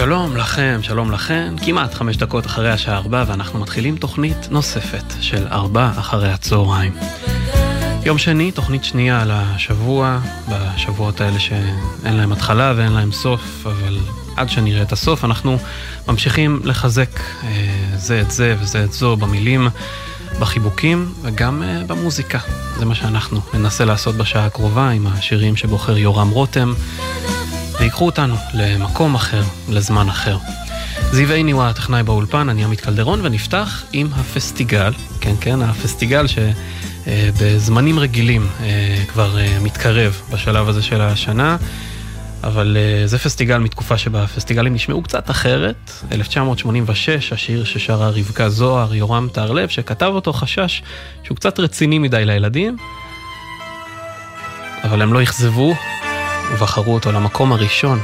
שלום לכם, שלום לכם. כמעט 5 דקות אחרי השעה 4 ואנחנו מתחילים תוכנית נוספת של 4 אחרי הצהריים. יום שני, תוכנית שנייה לשבוע, בשבועות האלה שאין להם התחלה ואין להם סוף, אבל עד שנראה את הסוף אנחנו ממשיכים לחזק זה את זה וזה את זו במילים, בחיבוקים וגם במוזיקה. זה מה שאנחנו ננסה לעשות בשעה הקרובה עם השירים שבוחר יורם רותם, ויקחו אותנו למקום אחר, לזמן אחר. זיו עיני הוא הטכנאי באולפן, אני עמית קלדרון, ונפתח עם הפסטיגל, כן, הפסטיגל שבזמנים רגילים כבר מתקרב בשלב הזה של השנה, אבל זה פסטיגל מתקופה שבה הפסטיגלים נשמעו קצת אחרת. 1986, השיר ששרה רבקה זוהר, יורם תהרלב, שכתב אותו חשש שהוא קצת רציני מדי לילדים, אבל הם לא יחזבו, ובחרו אותו למקום הראשון,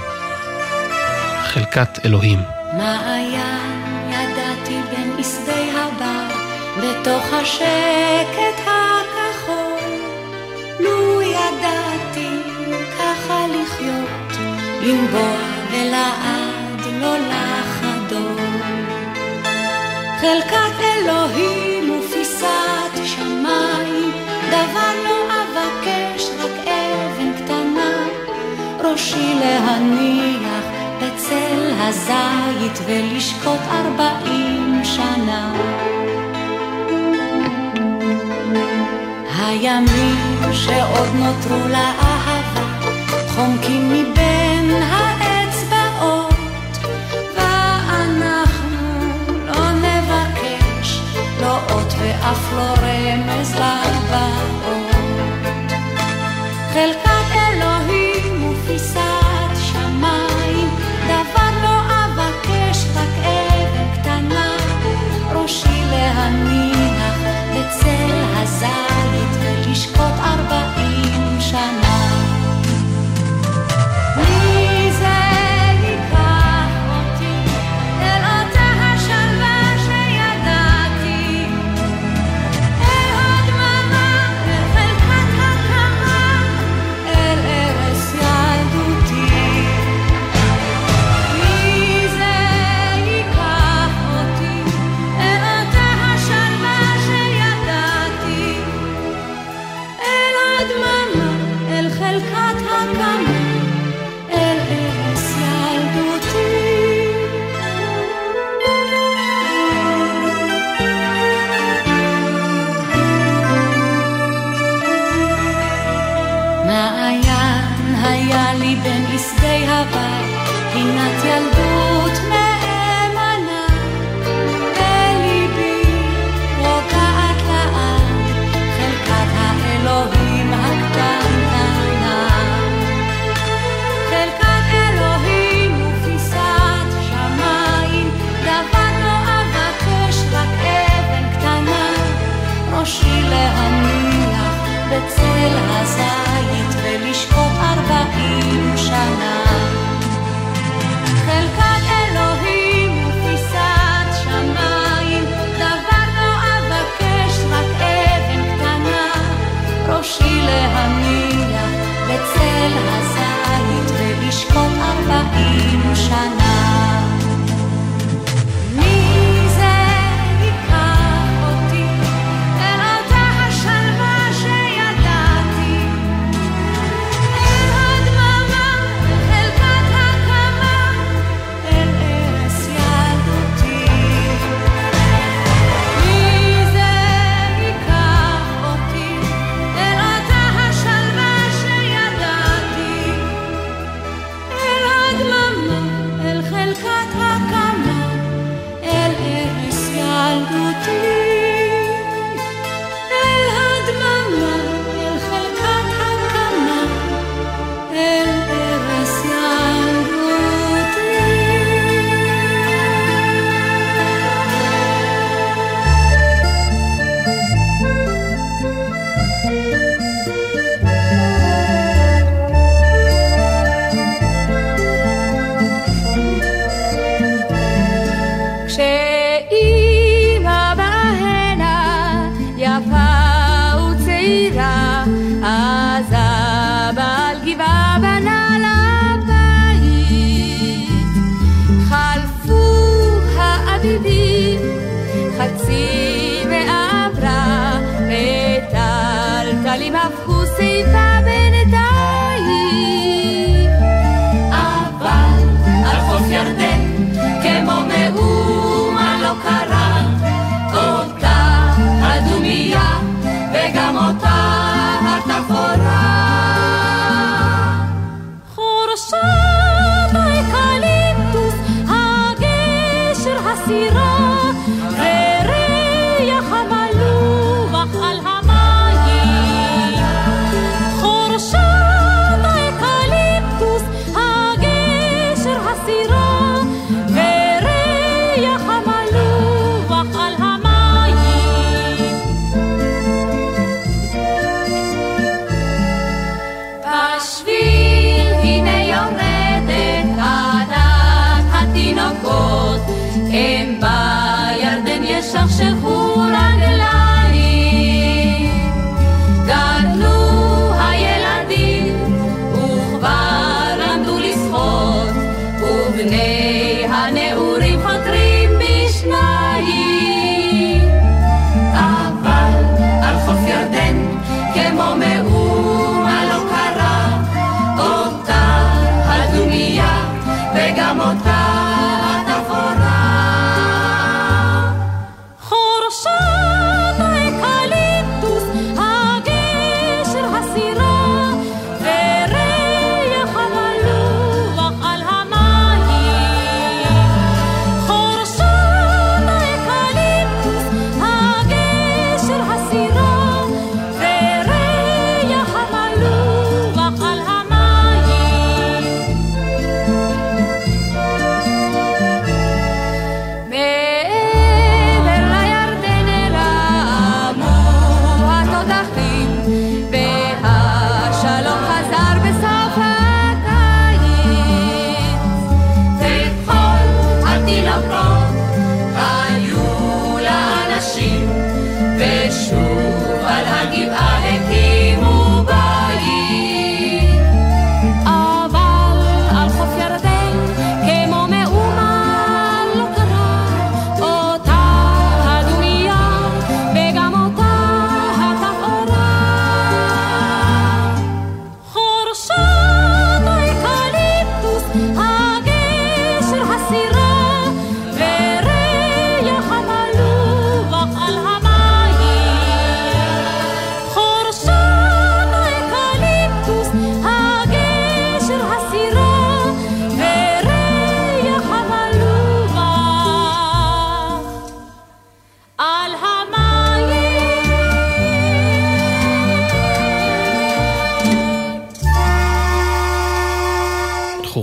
חלקת אלוהים. מה היה ידעתי בין עשבי הבר, בתוך השקט הכחול, לו ידעתי ככה לחיות, לנבוע ולעד לא לחדול. חלקת אלוהים ופיסת שמיים, דבר לא אבקש, רק אבן קטנה, ראשי להניח בצל הזית ולשקוט 40 שנה. הימים שעוד נותרו לאהבה חומקים מבין האצבעות, ואנחנו לא נבקש לא אות ואף לא רמז לבאות. חלקת אלוהים ופיסת שמיים, דבר לא אבקש, רק אבן קטנה, ראשי להניח בצל הזית ולשקוט 40 שנה. מי זה ייקח אותי אל אותה השלווה שידעתי, אל הדממה, אל חלקת הקמה, אל ארץ ילדותי. מי זה ייקח אותי אל אותה השלווה שידעתי, אל הדממה, אל חלקת הקמה, אל ארץ ילדותי. מעיין היה לי בין עשבי הבר, פינת ילדות נאמנה, בליבי רוגעת לעד, חלקת האלוהים הקטנה. חלקת אלוהים ופיסת שמיים, דבר לא אבקש, רק אבן קטנה, ראשי להניח בצל הזית ולשקוט 40 שנה. חלקת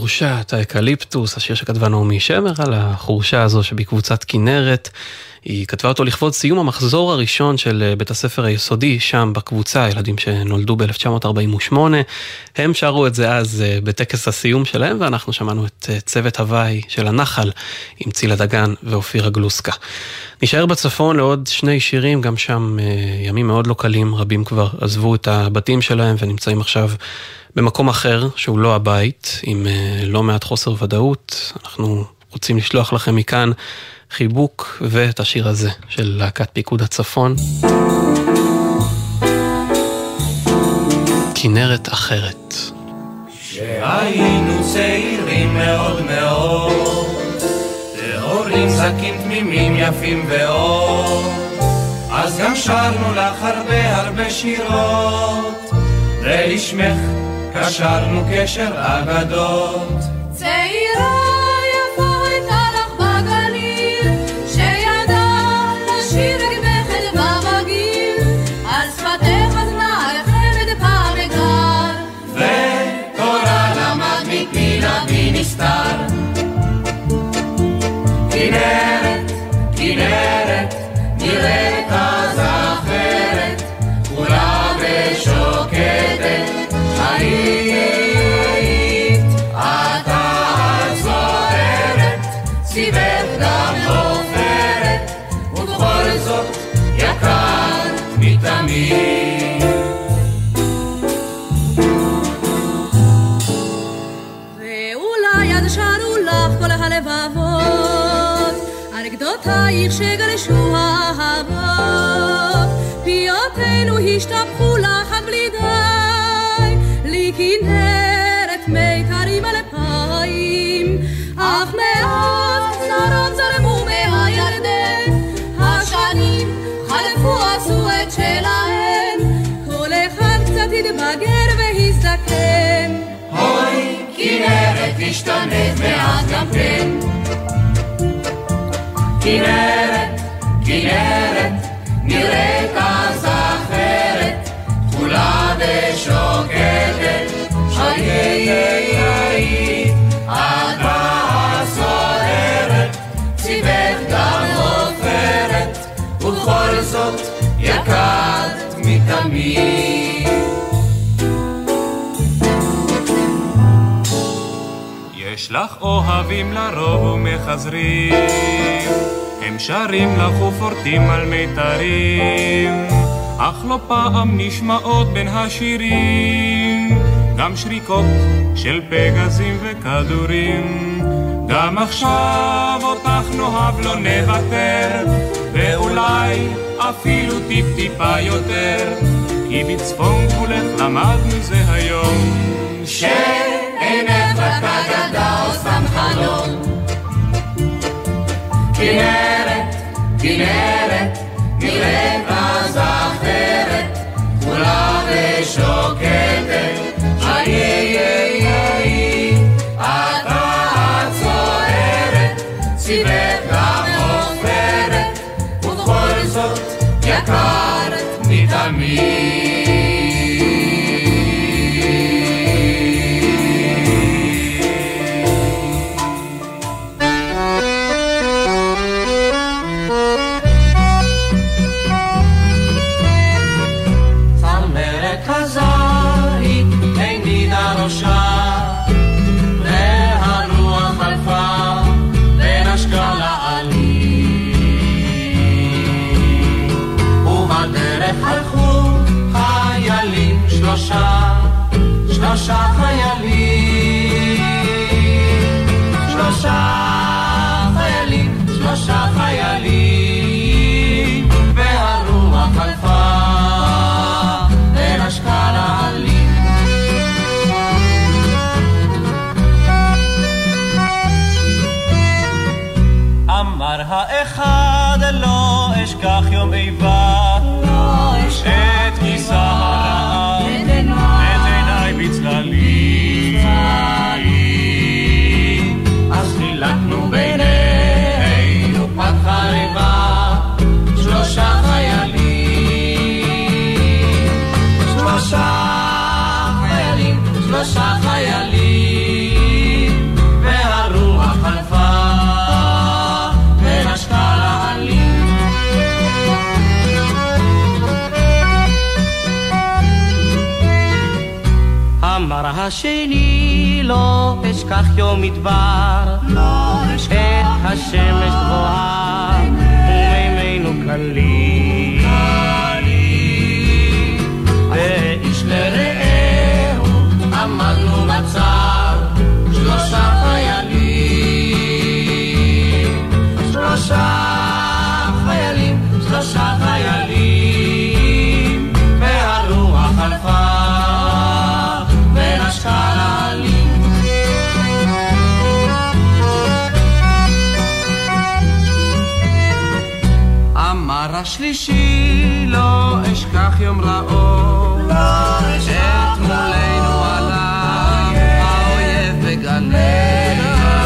חורשת האקליפטוס, השיר שכתבה נעמי שמר על החורשה הזו שבקבוצת כנרת. היא כתבה אותו לכבוד סיום המחזור הראשון של בית הספר היסודי שם בקבוצה, ילדים שנולדו ב-1948. הם שרו את זה אז בטקס הסיום שלהם, ואנחנו שמענו את צוות הוואי של הנחל עם צילה דגן ואופירה גלוסקה. נשאר בצפון לעוד שני שירים, גם שם ימים מאוד לא קלים, רבים כבר עזבו את הבתים שלהם ונמצאים עכשיו במקום אחר שהוא לא הבית, עם לא מעט חוסר ודאות. אנחנו רוצים לשלוח לכם מכאן חיבוק ואת השיר הזה של להקת פיקוד הצפון, כנרת אחרת. שהיינו צעירים מאוד מאוד, להורים זקים תמימים יפים ואור, אז גם שרנו לך הרבה שירות, ולשמך קשרנו קשר אגדות. צעירה יפה הייתה לך בגליל, שידע לשיר גבחת במגיל, על שפתך אזנה חמד פעם אגר, ותורה למד מפי נביא נסתר. כנרת, כנרת, נראית אז אחרת, כולה ושוקדת, היית, אתה זוהרת, סיבך גם עופרת, ובכל זאת יקר מתמיד. ואולי עד שרו לך כל הלבבות, אנקדותייך שגרשו האהבות, פיותינו השתפכו לך עד בלי די, לי כנרת מיתרים על אפיים, אך מעט זרות זרמו מהירדן, השנים חלפו עשו את שלהן, כל אחד קצת התבגר והזדקן. אוי, כנרת השתנית מעט גם כן. כנרת, כנרת, נראית אז אחרת, כולה ושוקדת, היית, אתה סוערת, ציבך גם עופרת, ובכל זאת יקרת מתמיד. יש לך אוהבים לרוב ומחזרים, הם שרים לך ופורטים על מיתרים, אך לא פעם נשמעות בין השירים גם שריקות של פגזים וכדורים. גם עכשיו אותך נאהב לא נוותר, ואולי אפילו טיפ-טיפה יותר, כי בצפון כולך למדנו זה היום, שאינך רק אגדה או סתם חלום. כנרת, כנרת, נראית אז אחרת, כולה ושוקדת, היי, אתה צוערת, ציבך גם עופרת, ובכל זאת יקרת מתמיד. והרוח חלפה ונשקה לעלי, ובדרך הלכו חיילים שלושה חיילים, שלושה חיילים, והרוח חלפה ונשקה לעלי. אמר האחד לא אשכח יום איבה, את כיסה הרעה, את עיניי בצללי, אז חילקנו בינינו פת חריבה, שלושה חיילים, אמר השני לא אשכח יום מדבר, לא אשכח את השמש גבוהה ומימינו קלים, ואיש לרעהו עמדנו בצר, שלושה חיילים, שלושה חיילים, והרוח חלפה ונשקה לעלים. אמר השלישי לא אשכח יום רעו, את מולנו עלה האויב וגלי,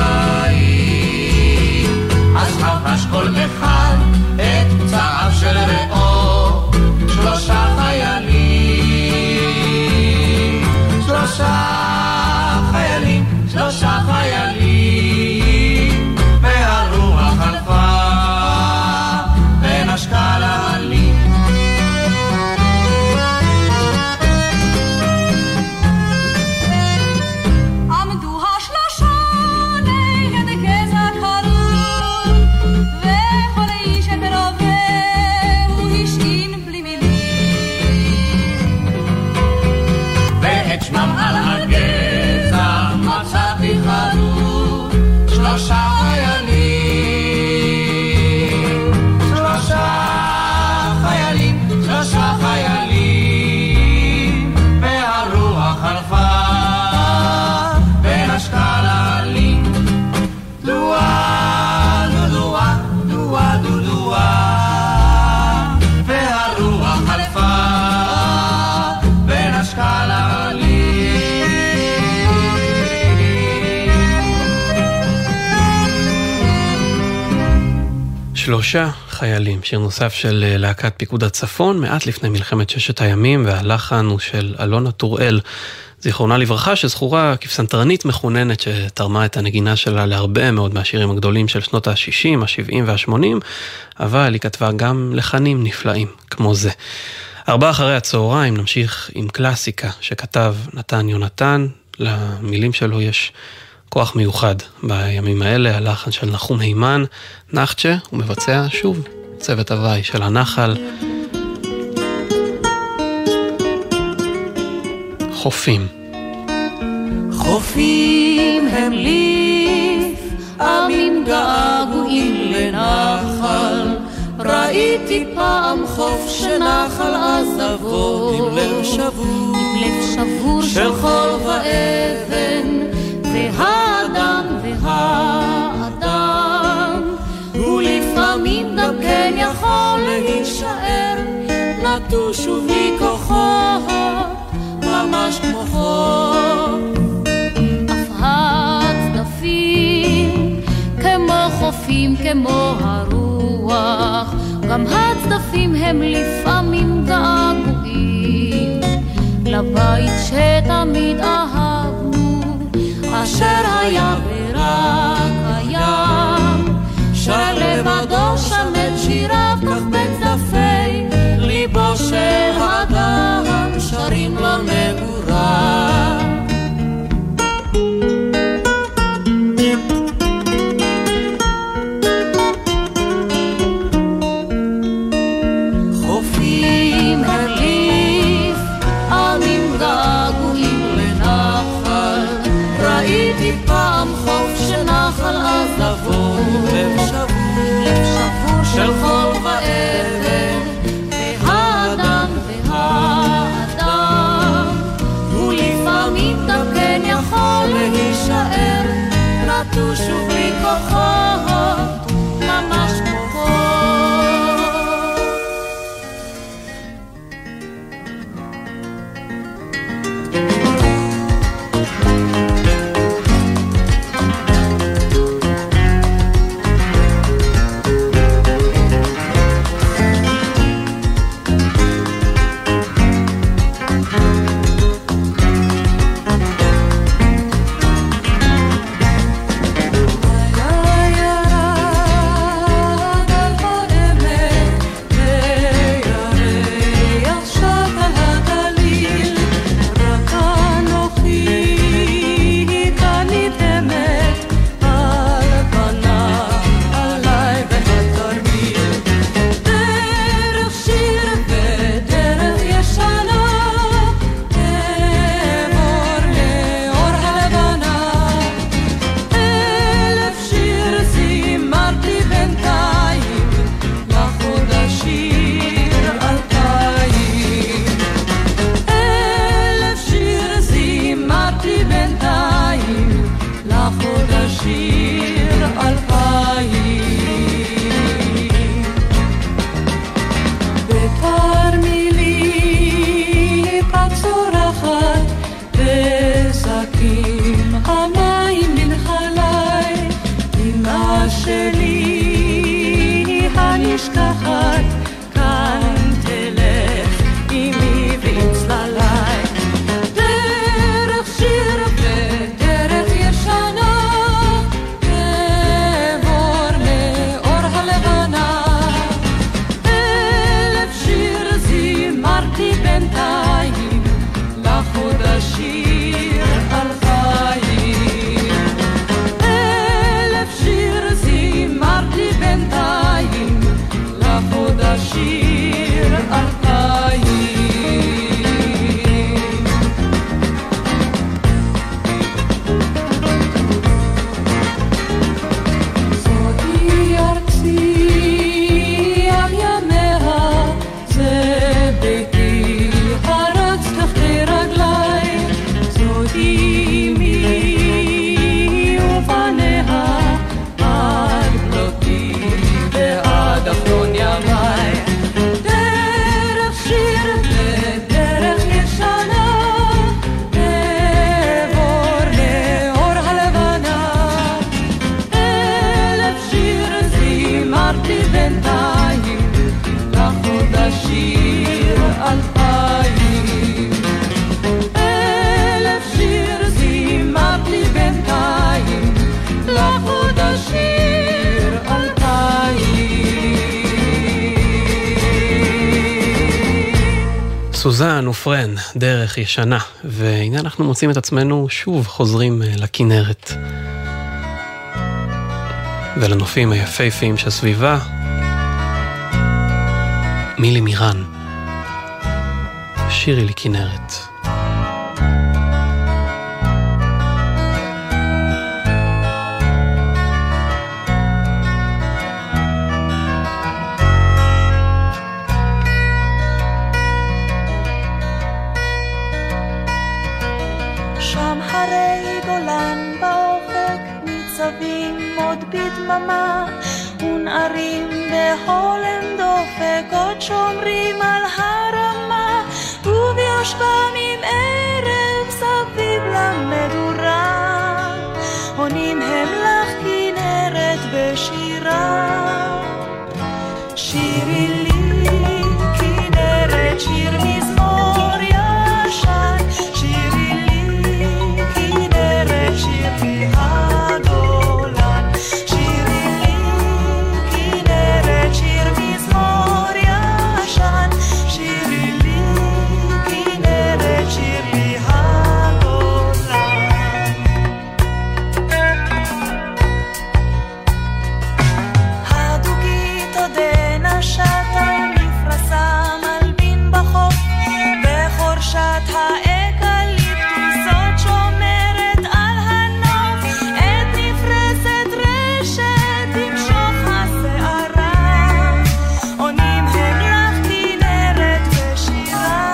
אז חבש כל אחד את צעב של רעו, שלושה חיילים, שלושה חיילים, והרוח חלפה ונשקה לעלים. עמדו השלושה נגד גזע קרוב, וכל איש את רובהו השכין בלי מילים, ואת שמם על הגזע מצאתי חרוב, שלושה חיילים, שלושה חיילים, והרוח חלפה ונשקה לעלים. דואה, דואה, דואה, דואה, והרוח חלפה ונשקה לעלים. שלושה חיילים, שיר נוסף של להקת פיקוד הצפון, מעט לפני מלחמת ששת הימים, והלחן הוא של אלונה טוראל, זיכרונה לברכה, שזכורה כפסנתרנית מחוננת שתרמה את הנגינה שלה להרבה מאוד מהשירים הגדולים של שנות ה-60, ה-70 וה-80, אבל היא כתבה גם לחנים נפלאים כמו זה. 4 אחרי הצהריים נמשיך עם קלאסיקה שכתב נתן יונתן, למילים שלו יש כוח מיוחד בימים האלה, הלחן של נחום הימן, נחצ'ה, הוא מבצע שוב צוות הוואי של הנחל. חופים. חופים הם לפעמים געגועים לנחל, ראיתי פעם חוף שנחל עזבו, עם לב שבור של חול ואבן, והאדם ולפעמים גם כן יכול להישאר נטוש ובלי כוחות, ממש כמו חוף. אף הצדפים כמו חופים, כמו הרוח, גם הצדפים הם לפעמים געגועים לבית שתמיד אהבנו, אשר היה ורק הים, שר לבדו שם את שיריו, כך בצדפי ליבו של אדם שרים לו נעורה. חופים הרליף עמים געגועים לנחל, ראיתי פעם חוף שנחל עזבו, לב שבור של חול ואבן, והאדם ולפעמים גם כן יכול להישאר נטוש ובלי כוחות, ממש כמו חוף. אשיר 2000. 1000 שיר זימת לי בינתיים, לך עוד אשיר 2000. סוזן ופרן, דרך ישנה, והנה אנחנו מוצאים את עצמנו שוב חוזרים לכנרת ולנופים היפהפיים שסביבה. מילי מירן, שירי לי כנרת. שם הרי גולן באופק ניצבים עוד בדממה, ונערים בהולנד דופק עוד שומרים על הרמה, וביושבם עם ערב סביב למדורה, עונים הם לך כנרת בשירה. שירי לי כנרת שיר מזמור ישן, שירי לי כנרת שיר לי הגולן, שירי לי כנרת שיר מזמור ישן, שירי לי כנרת שיר לי הגולן. הדוגית עודנה שטה מפרסה מלבין בחוף, בחורשת האקליפטוסות שומרת על הנוף, את נפרסת רשת תמשוך השערה, עונים הם לך כנרת בשירה.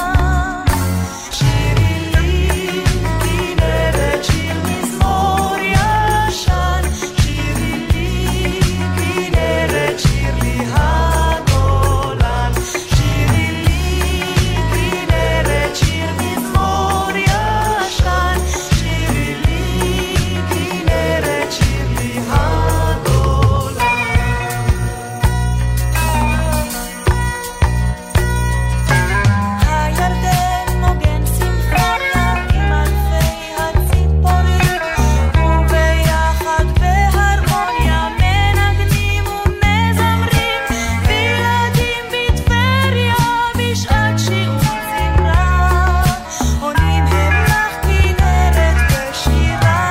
שירי לי כנרת שיר מזמור ישן, שירי לי כנרת שיר לי הגולן, שירי לי כנרת שיר מזמור ישן, שירי לי כנרת שיר לי הגולן. הירדן מוגן סימפוניה עם אלפי הציפורים, וביחד בהרמוניה מנגנים ומזמרים, וילדים בטבריה בשעת שיעור זמרה, עונים הם לך כנרת בשירה.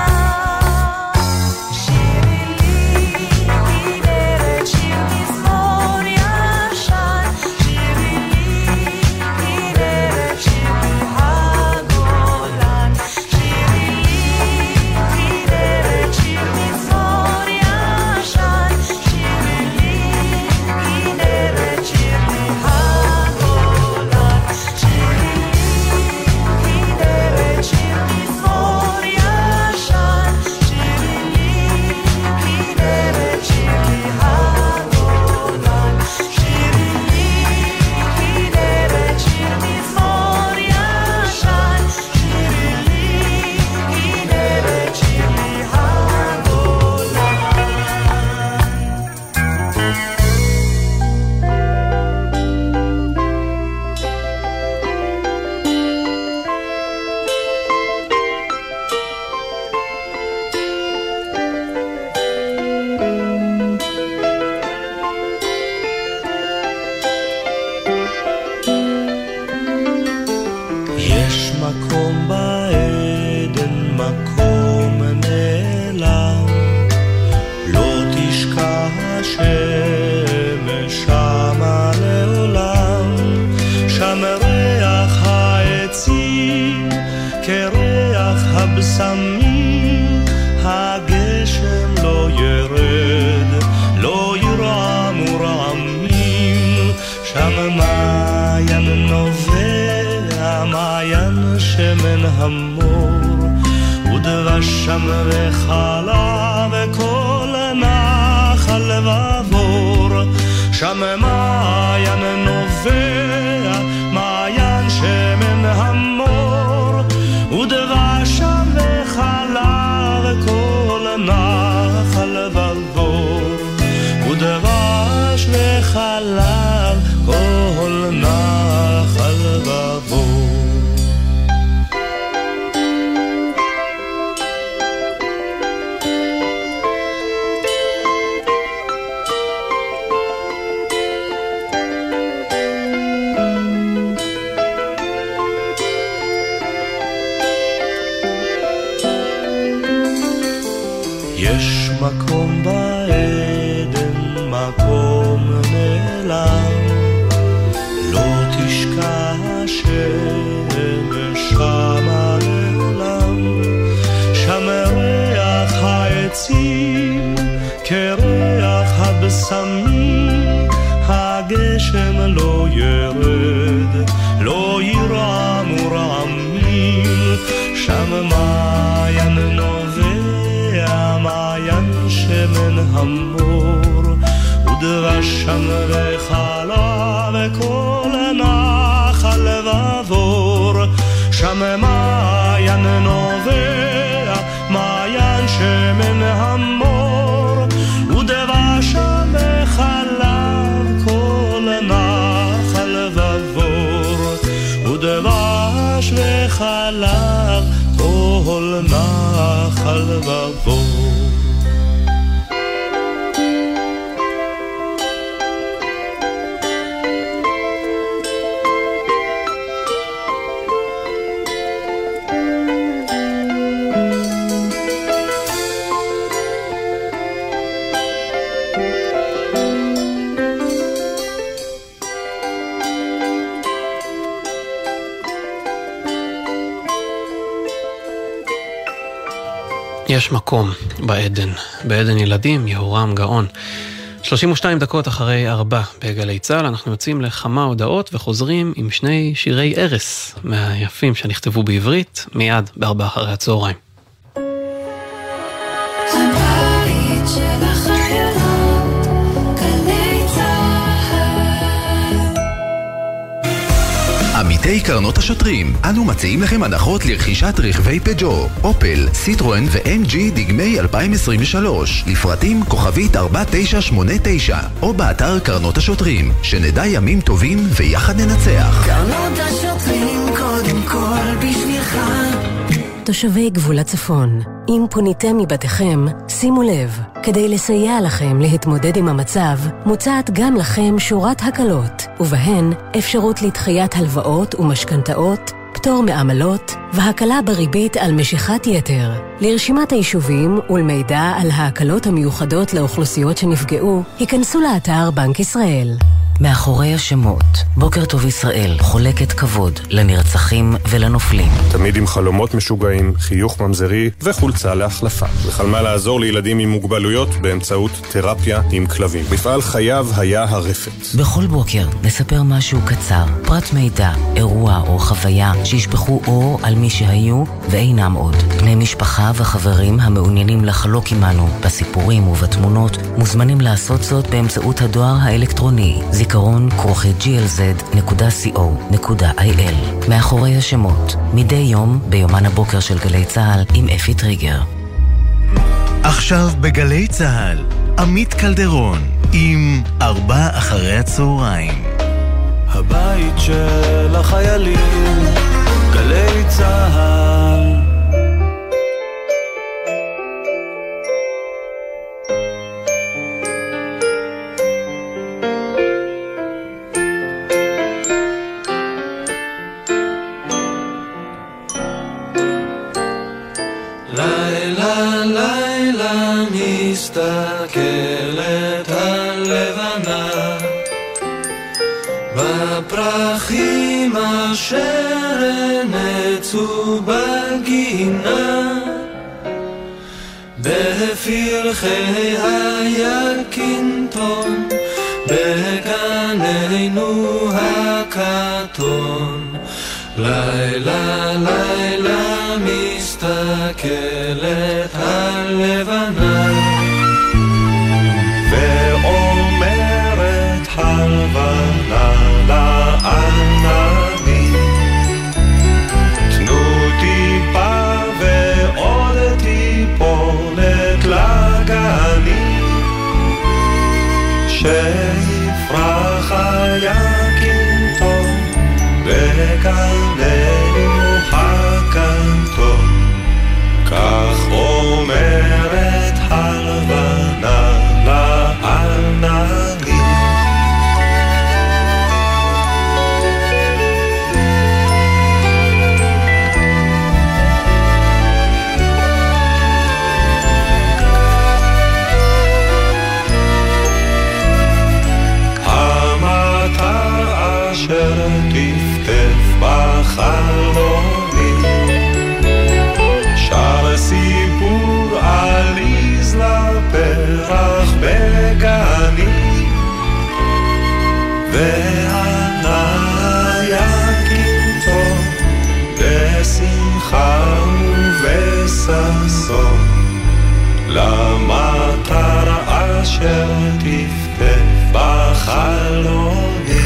שירי לי כנרת שיר מזמור ישן, שירי לי כנרת שיר לי הגולן, שירי לי כנרת שיר מזמור ישן, שירי לי כנרת שיר לי הגולן, שירי לי כנרת שיר מזמור ישן, שירי לי כנרת שיר לי הגולן, שירי לי כנרת שיר מזמור ישן, שירי לי כנרת שיר לי יש מקום בעדן, מקום נעלם, לא תשכח השמש שמה לעולם, שם ריח העצים כריח הבשמים, הגשם לא ירד, לא ירעמו רעמים, שם מעיין נובע, מעיין שמן המור, ודבש שם וחלב וכל נחל ועבור, שם מעיין נובע, מעיין שמן המור, ודבש שם וחלב וכל נחל ועבור, ודבש וחלב כל יש מקום בעדן, מקום נעלם, לא תשכח השמש שמה נעלם, שם ריח העצים כריח הבשמים, הגשם לא ירד, לא ירעמו רעמים, שם מעיין נובע, מעיין שמן המור, ודבש שם וחלב וכל נחל ועבור, שם מעיין נובע, מעיין שמן המור, ודבש שם וחלב כל נחל ועבור, ודבש וחלב כל נחל ועבור. יש מקום בעדן, בעדן ילדים, יהורם גאון. 32 דקות אחרי 4 בגלי צהל, אנחנו יוצאים לכמה הודעות וחוזרים עם שני שירי ערס מהיפים שנכתבו בעברית, מיד ב4 אחרי הצהריים. הבית של החיילות, גלי צהל. עמיתי קרנות השוטרים, אנו מציעים לכם הנחות לרכישת רכבי פג'ו, אופל, סיטרואן ו-MG דגמי 2023, לפרטים כוכבית 4989, או באתר קרנות השוטרים, שנדע ימים טובים ויחד ננצח. קרנות השוטרים קודם כל בשבילך. תושבי גבול הצפון, אם פוניתם מבתיכם, שימו לב, כדי לסייע לכם להתמודד עם המצב, מוצעת גם לכם שורת הקלות, ובהן אפשרות לדחיית הלוואות ומשכנתאות, פטור מעמלות והקלה בריבית על משיכת יתר. לרשימת היישובים ולמידע על ההקלות המיוחדות לאוכלוסיות שנפגעו, היכנסו לאתר בנק ישראל. מאחורי השמות, בוקר טוב ישראל חולקת כבוד לנרצחים ולנופלים. תמיד עם חלומות משוגעים, חיוך ממזרי וחולצה להחלפה. וחלמה לעזור לילדים עם מוגבלויות באמצעות תרפיה עם כלבים. מפעל חייו היה הרפת. בכל בוקר נספר משהו קצר, פרט מידע, אירוע או חוויה שישפכו אור על מי שהיו ואינם עוד. בני משפחה וחברים המעוניינים לחלוק עמנו בסיפורים ובתמונות מוזמנים לעשות זאת באמצעות הדואר האלקטרוני זיכרון@glz.co.il. מאחורי השמות, מדי יום ביומן הבוקר של גלי צהל עם אפי טריגר. עכשיו בגלי צהל, עמית קלדרון עם 4 אחרי הצהריים. הבית של החיילים, גלי צהל. לילה לילה מסתכלת הלבנה בפרחים אשר נצו בגינה, בפרחי היקינטון בגננו הכתום. לילה לילה מסתכלת הלבנה ואומרת הלבנה לעננים, תנו טיפה ועוד טיפונת לגנים, שיפרח היקינטון בגננו הכתום. כך אומרת הלבנה טפטף בחלוני, שר סיפור עליז לפרח בגני, והניה קימתו בשמחה ובששון, למטר אשר טפטף בחלוני.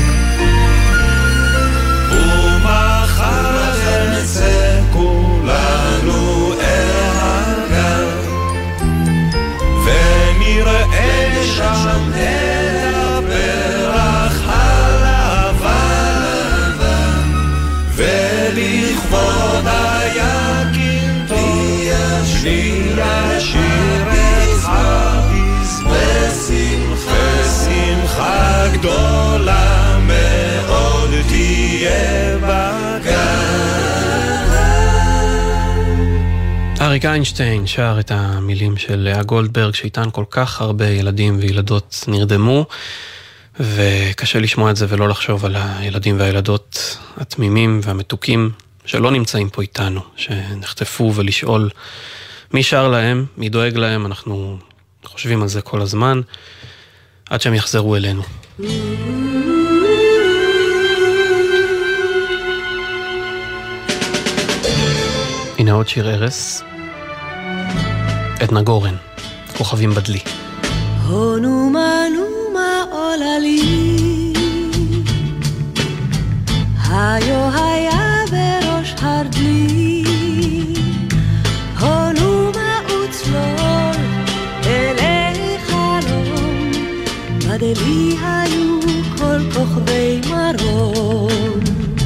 ומחר נצא כולנו אל הגן, ונראה שם את הפרח הלבן, ולכבוד היקינטון נשיר את ושמחה גדולה מאוד תהיה בגן. אריק איינשטיין שר את המילים של לאה גולדברג, שאיתן כל כך הרבה ילדים וילדות נרדמו, וקשה לשמוע את זה ולא לחשוב על הילדים והילדות התמימים והמתוקים שלא נמצאים פה איתנו, שנחטפו, ולשאול מי שר להם, מי דואג להם. אנחנו חושבים על זה כל הזמן עד שהם יחזרו אלינו. הנה עוד שיר ערס, עדנה גורן, כוכבים בדלי. נומה נומה עולה לי, היו היה בראש הרדלי, נומה וצלול אלי חלום, בדלי היו כל כוכבי מרון.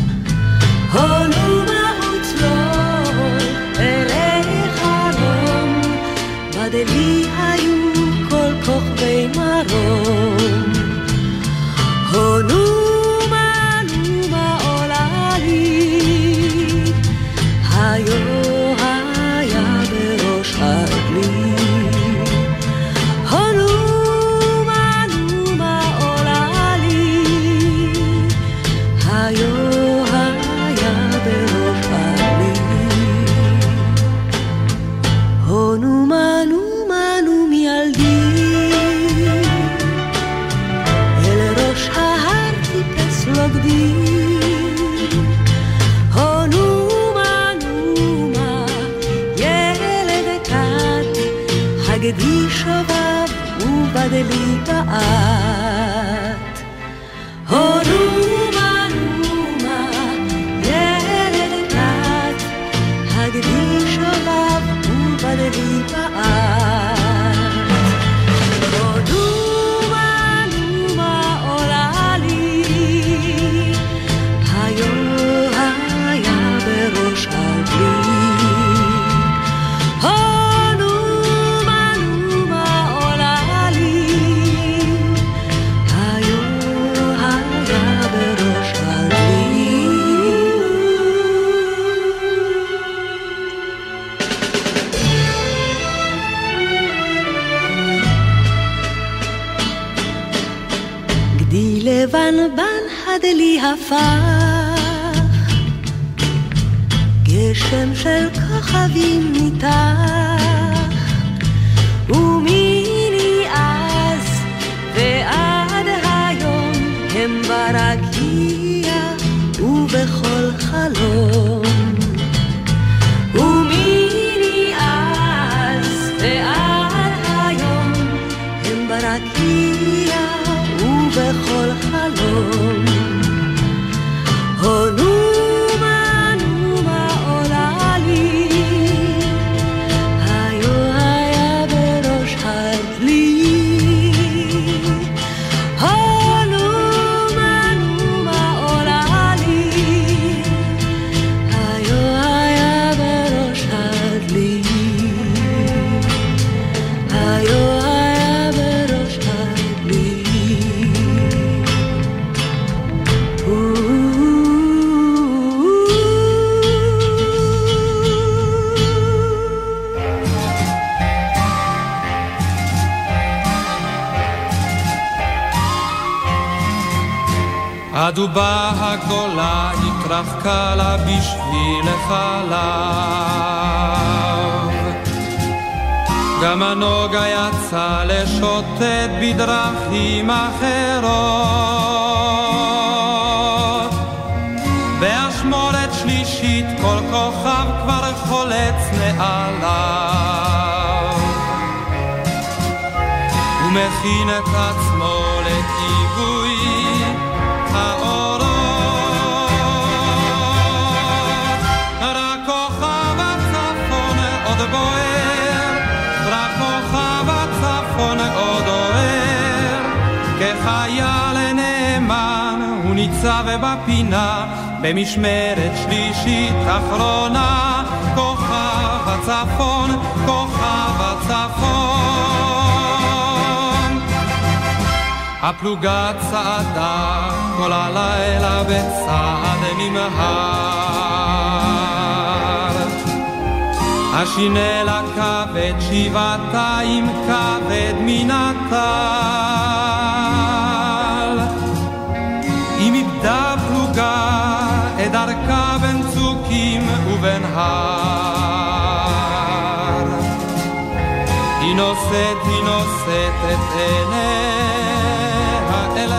נומה וצלול אלי חלום, בדלי היו כל כוכבי מרום. נומה נומה עולה לי, היו היה בראש הדלי. נומה נומה עולה לי, היו היה בראש הדלי. נומה נומה נומי ילדי, אל ראש ההר טיפס לוגדי. נומה נומה ילד קט, הגדי שובב ובדלי בעט. נומה נומה ילד קט, הגדי שובב ובדלי בעט. נומה נומה עולה לי, היו היה בראש הדלי. נומה נומה עולה לי, היו היה בראש הדלי. גדי לבן בן הדלי הפך, גשם של כוכבים ניתח, ומיני אז ועד היום הם ברקיע ובכל חלום. ומיני אז ועד היום הם ברקיע ובכל חלום. נומה נומה עולה לי, היו היה בראש הדלי. נומה נומה עולה לי, הדובה הגדולה התרחקה לה בשביל החלב, גם הנוגה יצא לשוטט בדרכים אחרות, באשמורת שלישית כל כוכב כבר חולץ נעליו, ומכין את עצמו לכיבוי האורות. רק כוכב הצפון עוד בוער, רק כוכב הצפון עוד אוהר, כחייל נאמן הוא ניצב בפינה במשמרת שלישית אחרונה. כוכב הצפון, כוכב הצפון, הפלוגה צעדה כל הלילה בצעד נמהר, השינלה כבד שבעתיים כבד מן הטל, היא איבדה פלוגה את דרכה בין צוקים ובין הר, היא נושאת את עיניה אל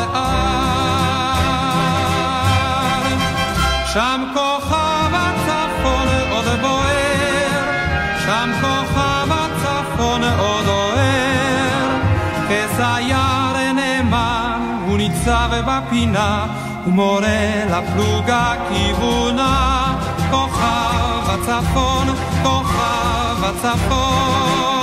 ההר, שם כוכב הצפון עוד בוער, שם כוכב הצפון עוד אוהר, כסייר נאמן הוא ניצב בפינה ומורה לפלוגה כיוונה. כוכב הצפון, כוכב הצפון,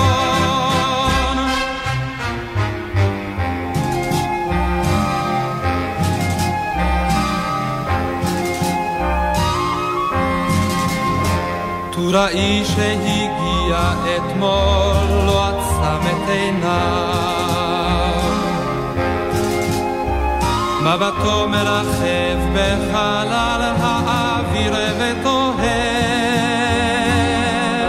ראי שהגיע אתמול לא עצם את עיניו, מבטו מרחב בחלל האוויר ותוהה,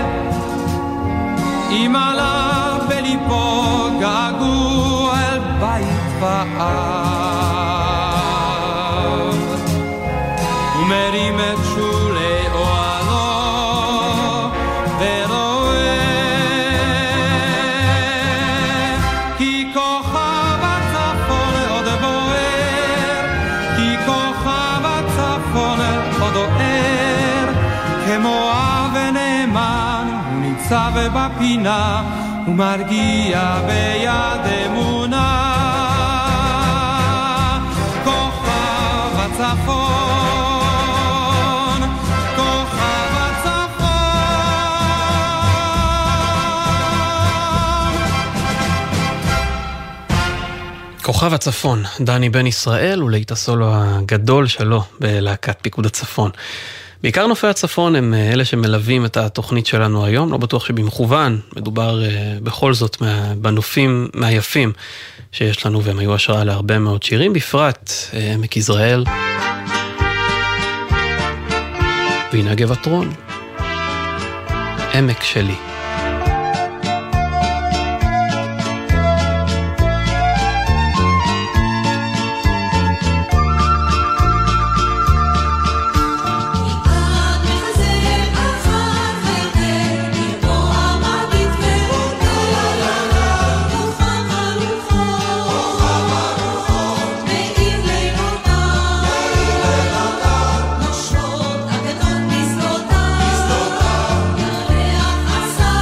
אם עלה בליבו געגוע אל בית ואב, ומרים את שולי אוהלו כמו אבן נאמן הוא ניצב בפינה ומרגיע ביד אמונה. כוכב הצפון, כוכב הצפון. כוכב הצפון, דני בן ישראל ולהיט הסולו הגדול שלו בלהקת פיקוד הצפון. בעיקר נופי הצפון הם אלה שמלווים את התוכנית שלנו היום, לא בטוח שבמכוון, מדובר בכל זאת בנופים מהיפים שיש לנו, והם היו השראה להרבה מאוד שירים, בפרט עמק יזרעאל והנה גבעתרון, עמק שלי. נושרות אגדות בשדותיו, ירח עשה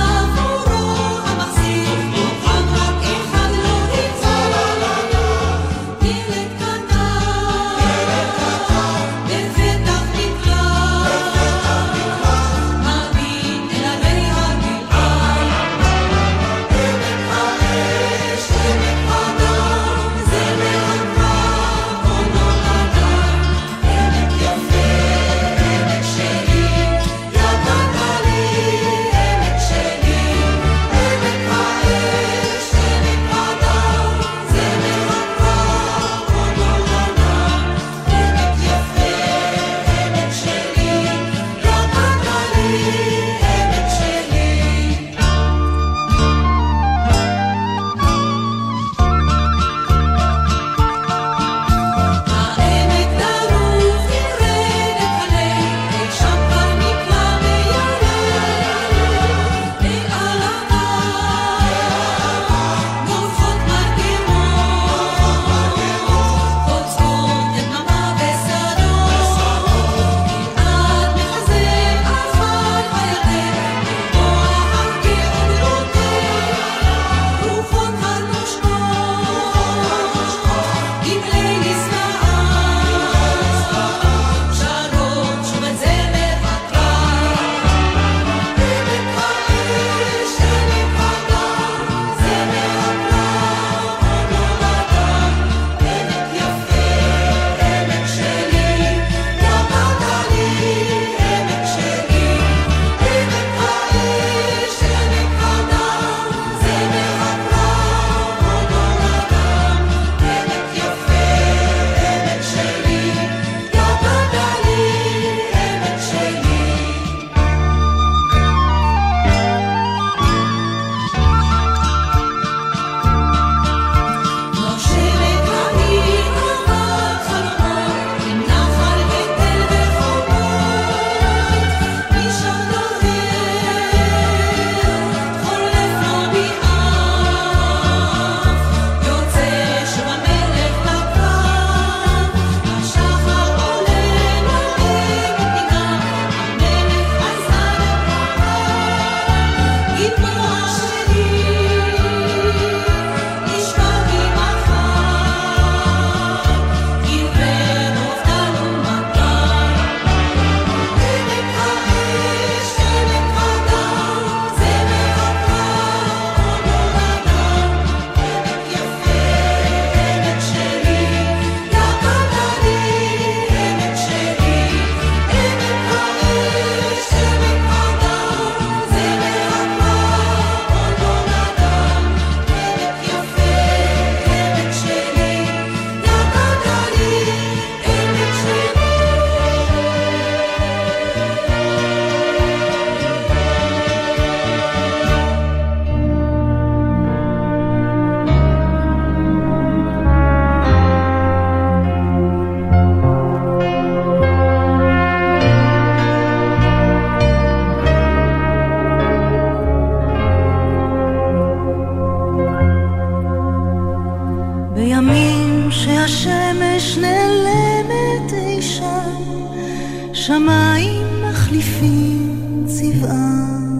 השמיים מחליפים צבעם,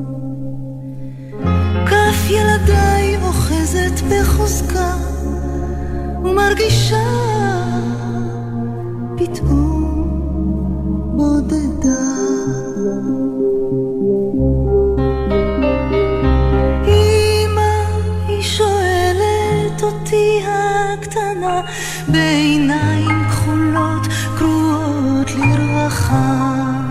כף ילדיי אוחזת בחוזקה ומרגישה פתאום בודדה. אמא היא שואלת אותי הקטנה בעיניים כחולות קרועות לרווחה,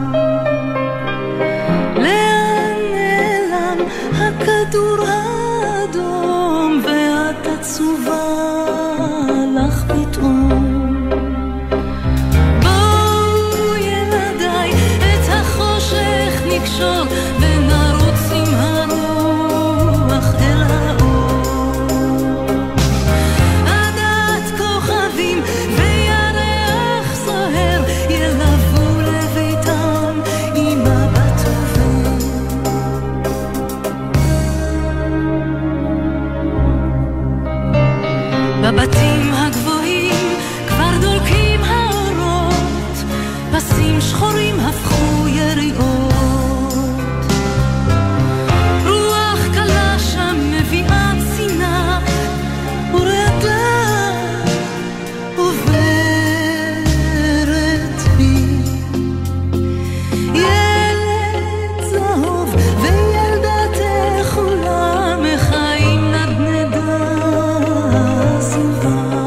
לאן נעלם הכדור האדום ואת עצובה לך פתאום. בואו ילדיי את החושך נקשור ונרוץ עם הרוח אל האור, עדת כוכבים וירח זוהר ילוו לביתם עם מבט עובר. בבתים הגבוהים כבר דולקים האורות, פסים שחורים הפכו יריעות, רוח קלה שם מביאה צינה ורעדה עוברת בי. ילד זהוב וילדה תכולה מחיים נדנדה זובה,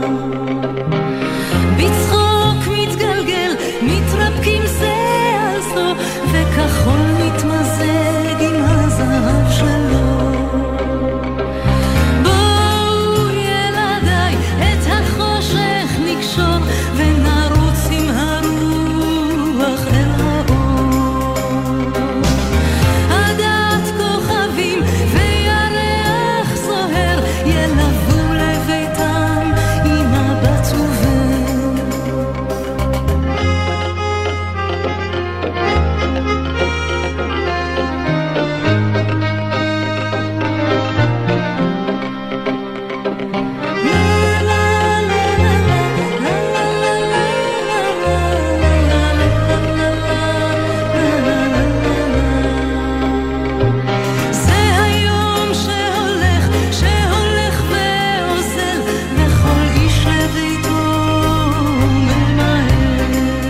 בצחוק מתגלגל מתרפקים זה על זו וכחול מתמזג עם הזהב שלו. בואו ילדיי את החושך נקשור ונרוץ עם הרוח אל האור, עדת כוכבים וירח זוהר ילוו לביתם עם מבט עובר. זה היום שהולך ואוזל וכל איש לביתו ממהר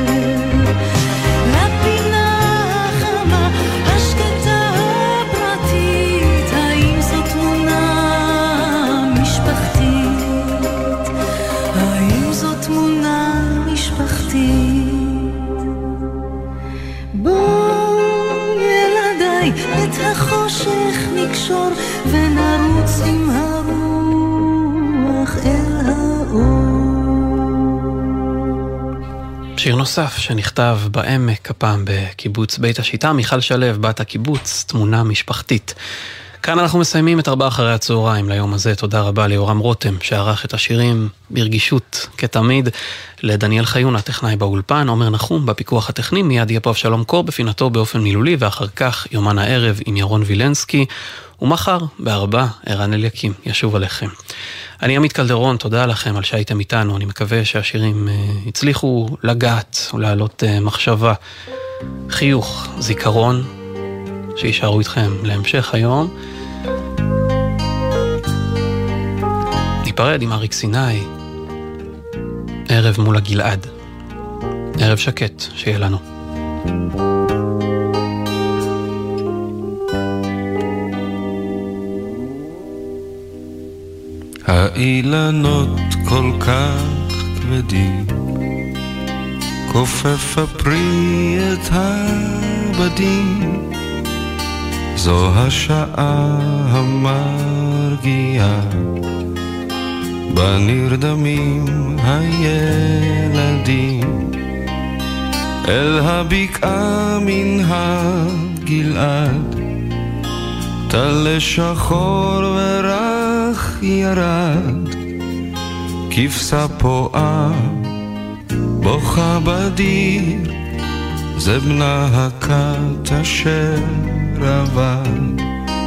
לפינה החמה השקטה הפרטית. האם זו תמונה משפחתית? האם זו תמונה משפחתית? בואו ילדיי את החושך נקשור ונרוץ עם הרוח אל האור. שיר נוסף שנכתב בעמק, הפעם בקיבוץ בית השיטה, מיכל שלו, בת הקיבוץ, תמונה משפחתית. כאן אנחנו מסיימים את 4 אחרי הצהריים ליום הזה. תודה רבה ליורם רותם שערך את השירים ברגישות כתמיד, לדניאל חיון הטכנאי באולפן, עומר נחום בפיקוח הטכני. מיד יהיה פה אבשלום קור בפינתו באופן מילולי, ואחר כך יומן הערב עם ירון וילנסקי, ומחר ב4 ערן אליקים ישוב עליכם. אני עמית קלדרון, תודה לכם על שהייתם איתנו. אני מקווה שהשירים הצליחו לגעת ולהעלות מחשבה, חיוך, זיכרון, שישארו איתכם להמשך היום. ניפרד עם אריק סיני, ערב מול הגלעד. ערב שקט שיהיה לנו. האילנות כל כך כבדים, כופף הפרי את הבדים, זו השעה המרגיעה, בנרדמים הילדים, אל הבקעה מן הגלעד, טל שחור ורח ירד, כבשה פועה בוכה בדיר, זה בנה הכת אשר עבד.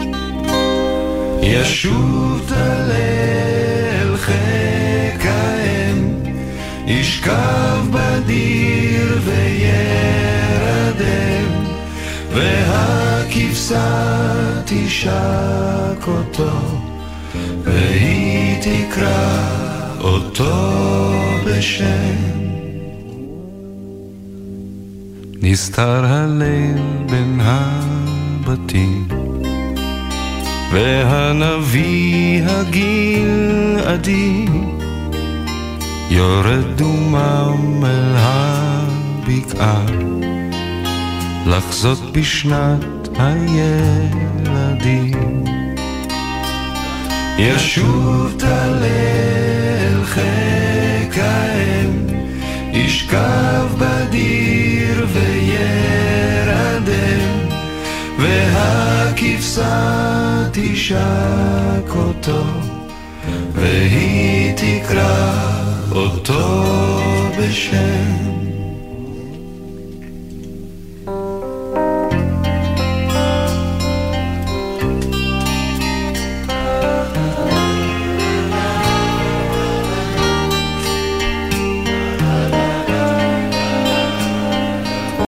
ישוב תלל חיק האם, ישכב בדיר וילד והכבשה תשק אותו, והיא תקרא אותו בשם. נסתר הליל בין הבתים, והנביא הגלעדי יורד דומם אל הבקעה, לחזות בשנת הילדים. ישוב תלל חיק האם, ישכב בדיר וירדם, והכבשה תשק אותו, והיא תקרא אותו בשם.